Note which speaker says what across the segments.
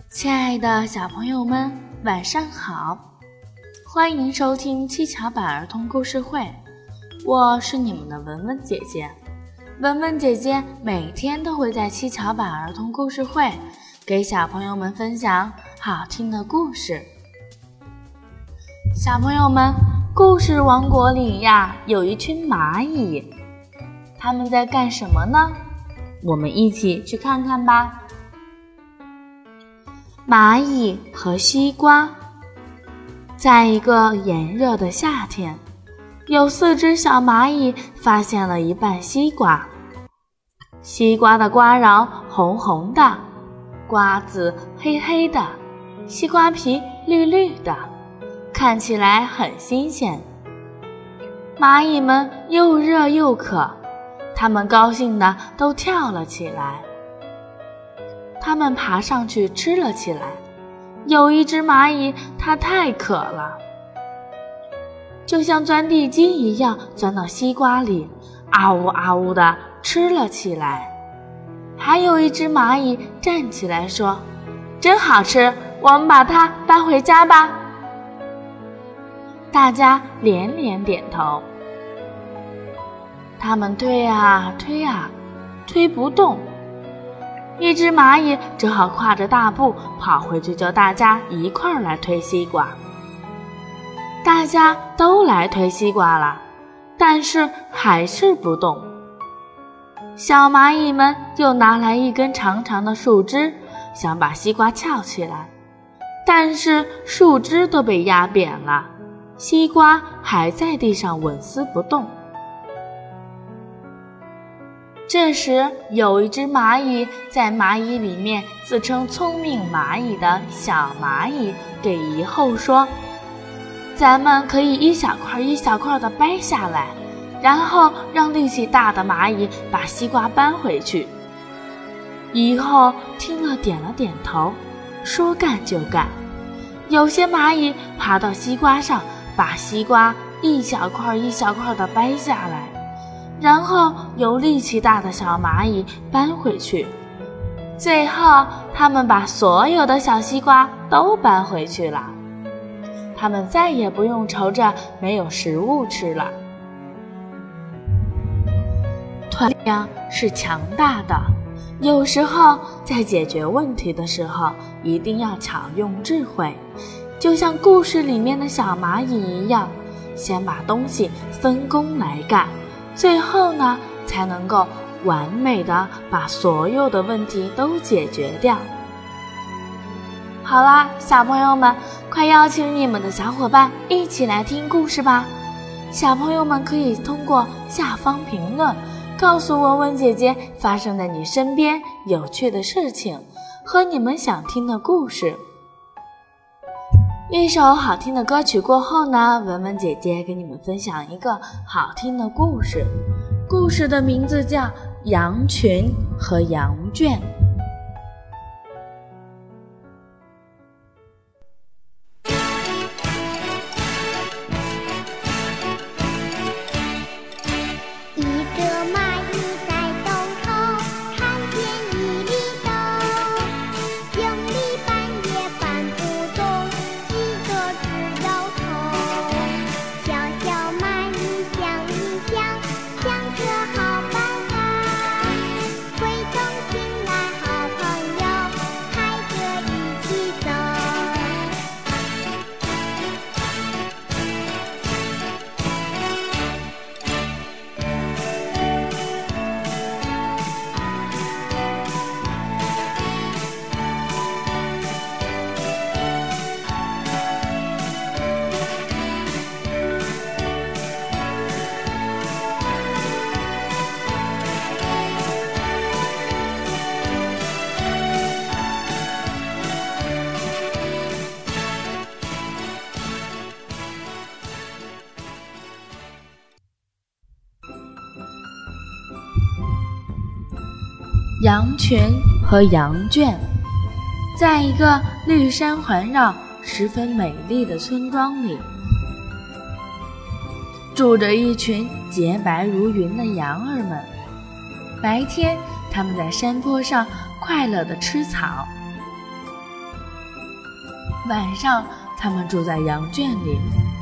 Speaker 1: 亲爱的小朋友们，晚上好！欢迎收听七巧板儿童故事会，我是你们的文文姐姐。文文姐姐每天都会在七巧板儿童故事会给小朋友们分享好听的故事。小朋友们，故事王国里呀，有一群蚂蚁，他们在干什么呢？我们一起去看看吧。蚂蚁和西瓜。在一个炎热的夏天，有4只小蚂蚁发现了一半西瓜。西瓜的瓜瓤红红的，瓜子黑黑的，西瓜皮绿绿的，看起来很新鲜。蚂蚁们又热又渴，它们高兴地都跳了起来。它们爬上去吃了起来。有一只蚂蚁，它太渴了，就像钻地鸡一样钻到西瓜里，啊呜啊呜地吃了起来。还有一只蚂蚁站起来说：“真好吃，我们把它搬回家吧。”大家连连点头。他们推啊推啊，推不动。一只蚂蚁只好跨着大步跑回去，叫大家一块儿来推西瓜。大家都来推西瓜了，但是还是不动。小蚂蚁们又拿来一根长长的树枝，想把西瓜翘起来，但是树枝都被压扁了，西瓜还在地上纹丝不动。这时，有一只蚂蚁在蚂蚁里面自称聪明蚂蚁的小蚂蚁对蚁后说：“咱们可以一小块一小块地掰下来，然后让力气大的蚂蚁把西瓜搬回去。”蚁后听了点了点头，说干就干。有些蚂蚁爬到西瓜上，把西瓜一小块一小块地掰下来，然后由力气大的小蚂蚁搬回去。最后，他们把所有的小西瓜都搬回去了。他们再也不用愁着没有食物吃了。团队是强大的，有时候在解决问题的时候，一定要巧用智慧，就像故事里面的小蚂蚁一样，先把东西分工来干，最后呢，才能够完美的把所有的问题都解决掉。好啦，小朋友们，快邀请你们的小伙伴一起来听故事吧。小朋友们可以通过下方评论，告诉文文姐姐发生在你身边有趣的事情和你们想听的故事。一首好听的歌曲过后呢，文文姐姐给你们分享一个好听的故事，故事的名字叫《羊群和羊圈》。羊群和羊圈。在一个绿山环绕、十分美丽的村庄里，住着一群洁白如云的羊儿们。白天，他们在山坡上快乐地吃草， 晚上，他们住在羊圈里。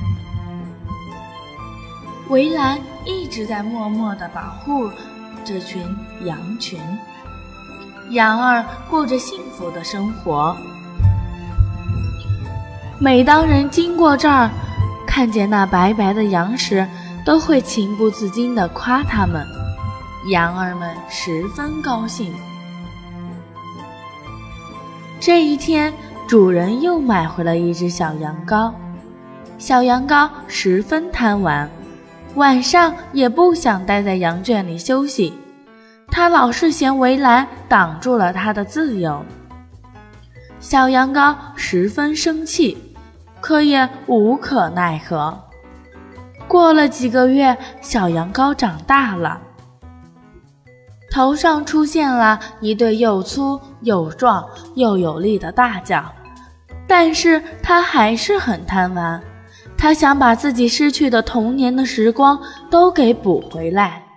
Speaker 1: 围栏一直在默默地保护这群羊群，羊儿过着幸福的生活。每当人经过这儿，看见那白白的羊时，都会情不自禁地夸它们，羊儿们十分高兴。这一天，主人又买回了一只小羊羔。小羊羔十分贪玩，晚上也不想待在羊圈里休息，它老是嫌围栏挡住了它的自由。小羊羔十分生气，可也无可奈何。过了几个月，小羊羔长大了，头上出现了一对又粗又壮又有力的大角，但是它还是很贪玩，它想把自己失去的童年的时光都给补回来。